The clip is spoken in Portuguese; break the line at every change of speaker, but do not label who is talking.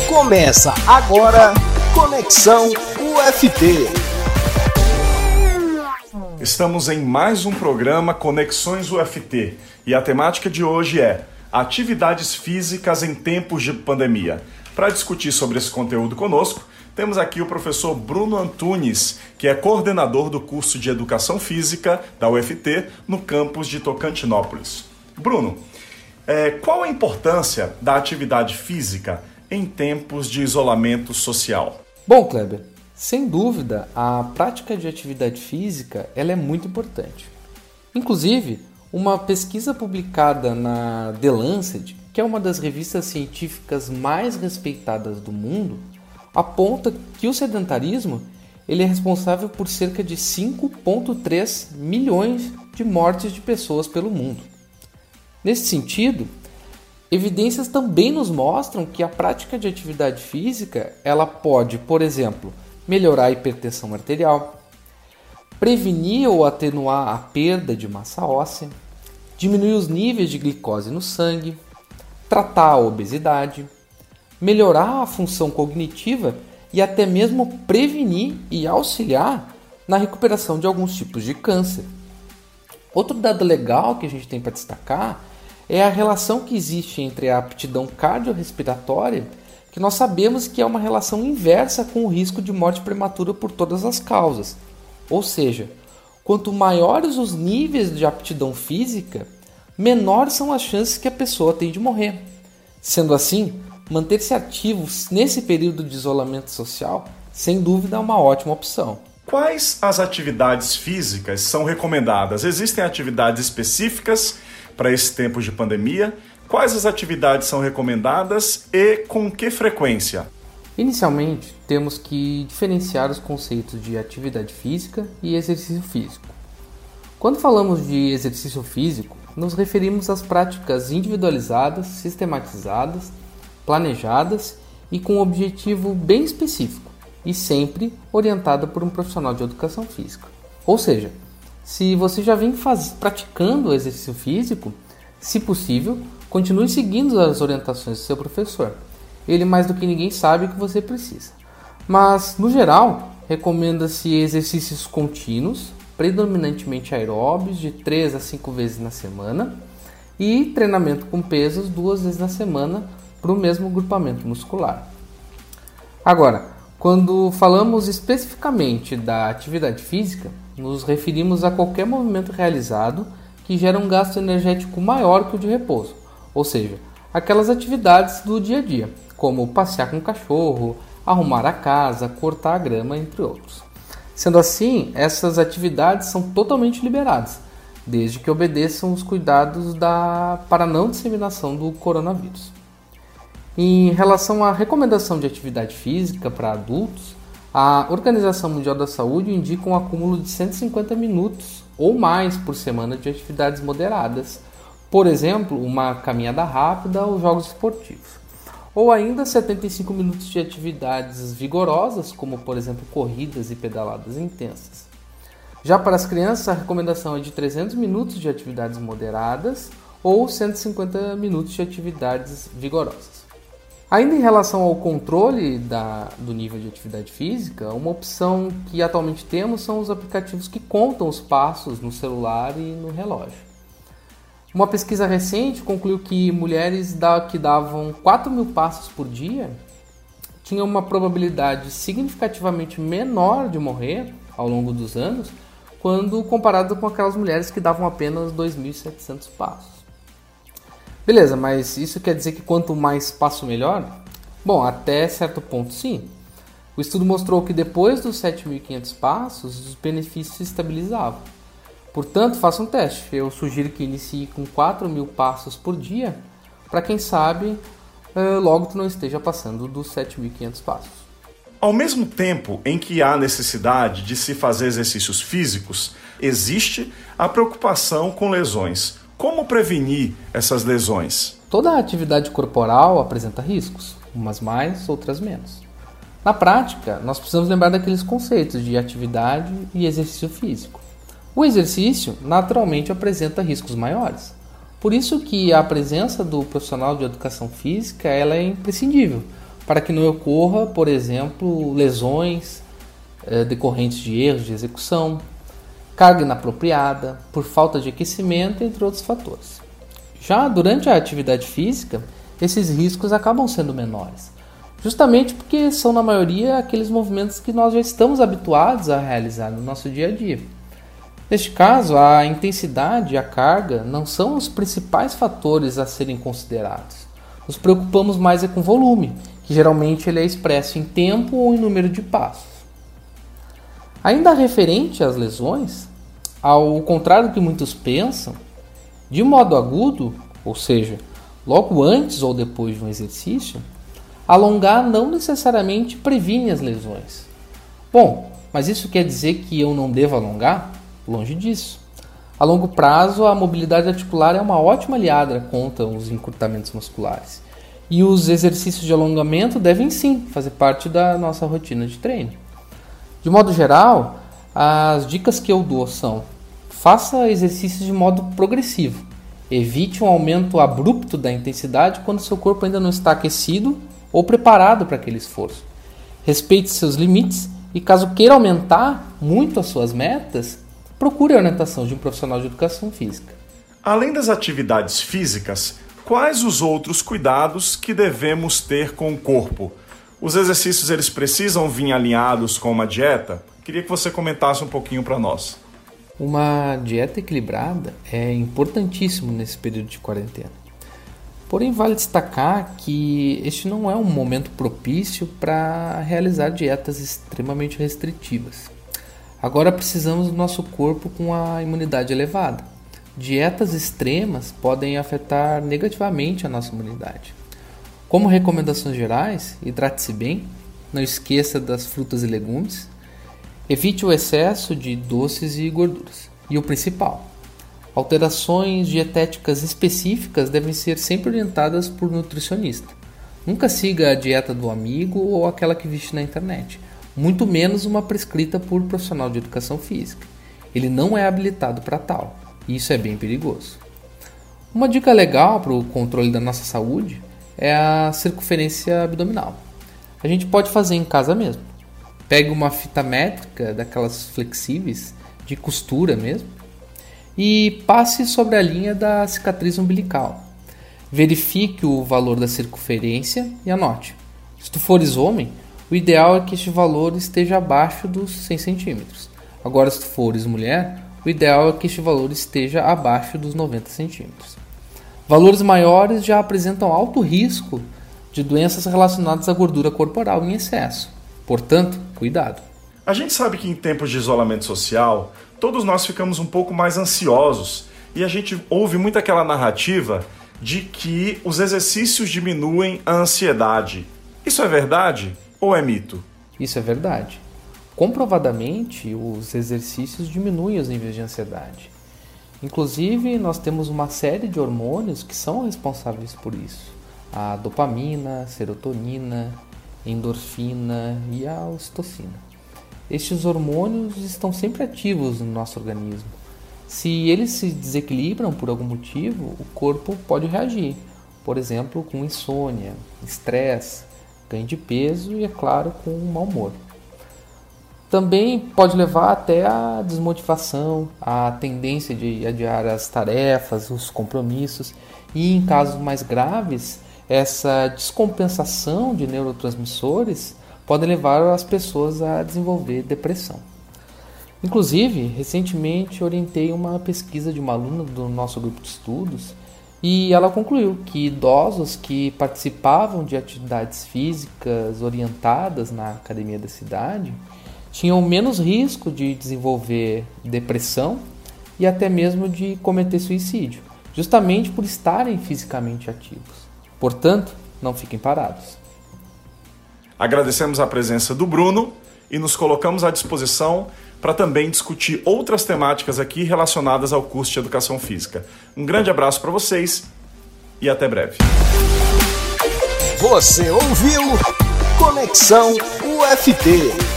Começa agora Conexão UFT.
Estamos em mais um programa Conexões UFT e a temática de hoje é atividades físicas em tempos de pandemia. Para discutir sobre esse conteúdo conosco, temos aqui o professor Bruno Antunes, que é coordenador do curso de Educação Física da UFT no campus de Tocantinópolis. Bruno, qual a importância da atividade física em tempos de isolamento social?
Bom, Kleber, sem dúvida, a prática de atividade física ela é muito importante. Inclusive, uma pesquisa publicada na The Lancet, que é uma das revistas científicas mais respeitadas do mundo, aponta que o sedentarismo ele é responsável por cerca de 5,3 milhões de mortes de pessoas pelo mundo. Nesse sentido, evidências também nos mostram que a prática de atividade física ela pode, por exemplo, melhorar a hipertensão arterial, prevenir ou atenuar a perda de massa óssea, diminuir os níveis de glicose no sangue, tratar a obesidade, melhorar a função cognitiva e até mesmo prevenir e auxiliar na recuperação de alguns tipos de câncer. Outro dado legal que a gente tem para destacar é a relação que existe entre a aptidão cardiorrespiratória, que nós sabemos que é uma relação inversa com o risco de morte prematura por todas as causas. Ou seja, quanto maiores os níveis de aptidão física, menores são as chances que a pessoa tem de morrer. Sendo assim, manter-se ativo nesse período de isolamento social, sem dúvida, é uma ótima opção.
Quais as atividades físicas são recomendadas? Existem atividades específicas para esse tempo de pandemia? Quais as atividades são recomendadas e com que frequência?
Inicialmente, temos que diferenciar os conceitos de atividade física e exercício físico. Quando falamos de exercício físico, nos referimos às práticas individualizadas, sistematizadas, planejadas e com um objetivo bem específico e sempre orientada por um profissional de educação física. Ou seja, se você já vem praticando o exercício físico, se possível, continue seguindo as orientações do seu professor. Ele mais do que ninguém sabe o que você precisa. Mas, no geral, recomenda-se exercícios contínuos, predominantemente aeróbios, de 3 a 5 vezes na semana e treinamento com pesos 2 vezes na semana para o mesmo grupamento muscular. Agora, quando falamos especificamente da atividade física, nos referimos a qualquer movimento realizado que gera um gasto energético maior que o de repouso, ou seja, aquelas atividades do dia a dia, como passear com o cachorro, arrumar a casa, cortar a grama, entre outros. Sendo assim, essas atividades são totalmente liberadas, desde que obedeçam os cuidados para a não disseminação do coronavírus. Em relação à recomendação de atividade física para adultos, a Organização Mundial da Saúde indica um acúmulo de 150 minutos ou mais por semana de atividades moderadas, por exemplo, uma caminhada rápida ou jogos esportivos, ou ainda 75 minutos de atividades vigorosas, como por exemplo corridas e pedaladas intensas. Já para as crianças, a recomendação é de 300 minutos de atividades moderadas ou 150 minutos de atividades vigorosas. Ainda em relação ao controle do nível de atividade física, uma opção que atualmente temos são os aplicativos que contam os passos no celular e no relógio. Uma pesquisa recente concluiu que mulheres que davam 4.000 passos por dia tinham uma probabilidade significativamente menor de morrer ao longo dos anos, quando comparado com aquelas mulheres que davam apenas 2.700 passos. Beleza, mas isso quer dizer que quanto mais passo melhor? Bom, até certo ponto sim. O estudo mostrou que depois dos 7.500 passos, os benefícios se estabilizavam. Portanto, faça um teste. Eu sugiro que inicie com 4.000 passos por dia, para quem sabe, logo tu não esteja passando dos 7.500 passos.
Ao mesmo tempo em que há necessidade de se fazer exercícios físicos, existe a preocupação com lesões. Como prevenir essas lesões?
Toda a atividade corporal apresenta riscos, umas mais, outras menos. Na prática, nós precisamos lembrar daqueles conceitos de atividade e exercício físico. O exercício, naturalmente, apresenta riscos maiores. Por isso que a presença do profissional de educação física ela é imprescindível, para que não ocorra, por exemplo, lesões decorrentes de erros de execução, carga inapropriada, por falta de aquecimento, entre outros fatores. Já durante a atividade física, esses riscos acabam sendo menores, justamente porque são, na maioria, aqueles movimentos que nós já estamos habituados a realizar no nosso dia a dia. Neste caso, a intensidade e a carga não são os principais fatores a serem considerados. Nos preocupamos mais com o volume, que geralmente ele é expresso em tempo ou em número de passos. Ainda referente às lesões, ao contrário do que muitos pensam, de modo agudo, ou seja, logo antes ou depois de um exercício, alongar não necessariamente previne as lesões. Bom, mas isso quer dizer que eu não devo alongar? Longe disso. A longo prazo, a mobilidade articular é uma ótima aliada contra os encurtamentos musculares. E os exercícios de alongamento devem sim fazer parte da nossa rotina de treino. De modo geral, as dicas que eu dou são: faça exercícios de modo progressivo. Evite um aumento abrupto da intensidade quando seu corpo ainda não está aquecido ou preparado para aquele esforço. Respeite seus limites e, caso queira aumentar muito as suas metas, procure a orientação de um profissional de educação física.
Além das atividades físicas, quais os outros cuidados que devemos ter com o corpo? Os exercícios eles precisam vir alinhados com uma dieta? Queria que você comentasse um pouquinho para nós.
Uma dieta equilibrada é importantíssimo nesse período de quarentena. Porém, vale destacar que este não é um momento propício para realizar dietas extremamente restritivas. Agora precisamos do nosso corpo com a imunidade elevada. Dietas extremas podem afetar negativamente a nossa imunidade. Como recomendações gerais, hidrate-se bem, não esqueça das frutas e legumes, evite o excesso de doces e gorduras. E o principal, alterações dietéticas específicas devem ser sempre orientadas por nutricionista. Nunca siga a dieta do amigo ou aquela que viste na internet, muito menos uma prescrita por profissional de educação física. Ele não é habilitado para tal, e isso é bem perigoso. Uma dica legal para o controle da nossa saúde é a circunferência abdominal. A gente pode fazer em casa mesmo. Pegue uma fita métrica, daquelas flexíveis, de costura mesmo, e passe sobre a linha da cicatriz umbilical. Verifique o valor da circunferência e anote. Se tu fores homem, o ideal é que este valor esteja abaixo dos 100 centímetros. Agora, se tu fores mulher, o ideal é que este valor esteja abaixo dos 90 centímetros. Valores maiores já apresentam alto risco de doenças relacionadas à gordura corporal em excesso. Portanto, cuidado.
A gente sabe que em tempos de isolamento social, todos nós ficamos um pouco mais ansiosos e a gente ouve muito aquela narrativa de que os exercícios diminuem a ansiedade. Isso é verdade ou é mito?
Isso é verdade. Comprovadamente, os exercícios diminuem os níveis de ansiedade. Inclusive, nós temos uma série de hormônios que são responsáveis por isso. A dopamina, a serotonina, a endorfina e a ocitocina. Estes hormônios estão sempre ativos no nosso organismo. Se eles se desequilibram por algum motivo, o corpo pode reagir. Por exemplo, com insônia, estresse, ganho de peso e, é claro, com mau humor. Também pode levar até a desmotivação, a tendência de adiar as tarefas, os compromissos e, em casos mais graves, essa descompensação de neurotransmissores pode levar as pessoas a desenvolver depressão. Inclusive, recentemente orientei uma pesquisa de uma aluna do nosso grupo de estudos e ela concluiu que idosos que participavam de atividades físicas orientadas na academia da cidade tinham menos risco de desenvolver depressão e até mesmo de cometer suicídio, justamente por estarem fisicamente ativos. Portanto, não fiquem parados.
Agradecemos a presença do Bruno e nos colocamos à disposição para também discutir outras temáticas aqui relacionadas ao curso de Educação Física. Um grande abraço para vocês e até breve.
Você ouviu Conexão UFT.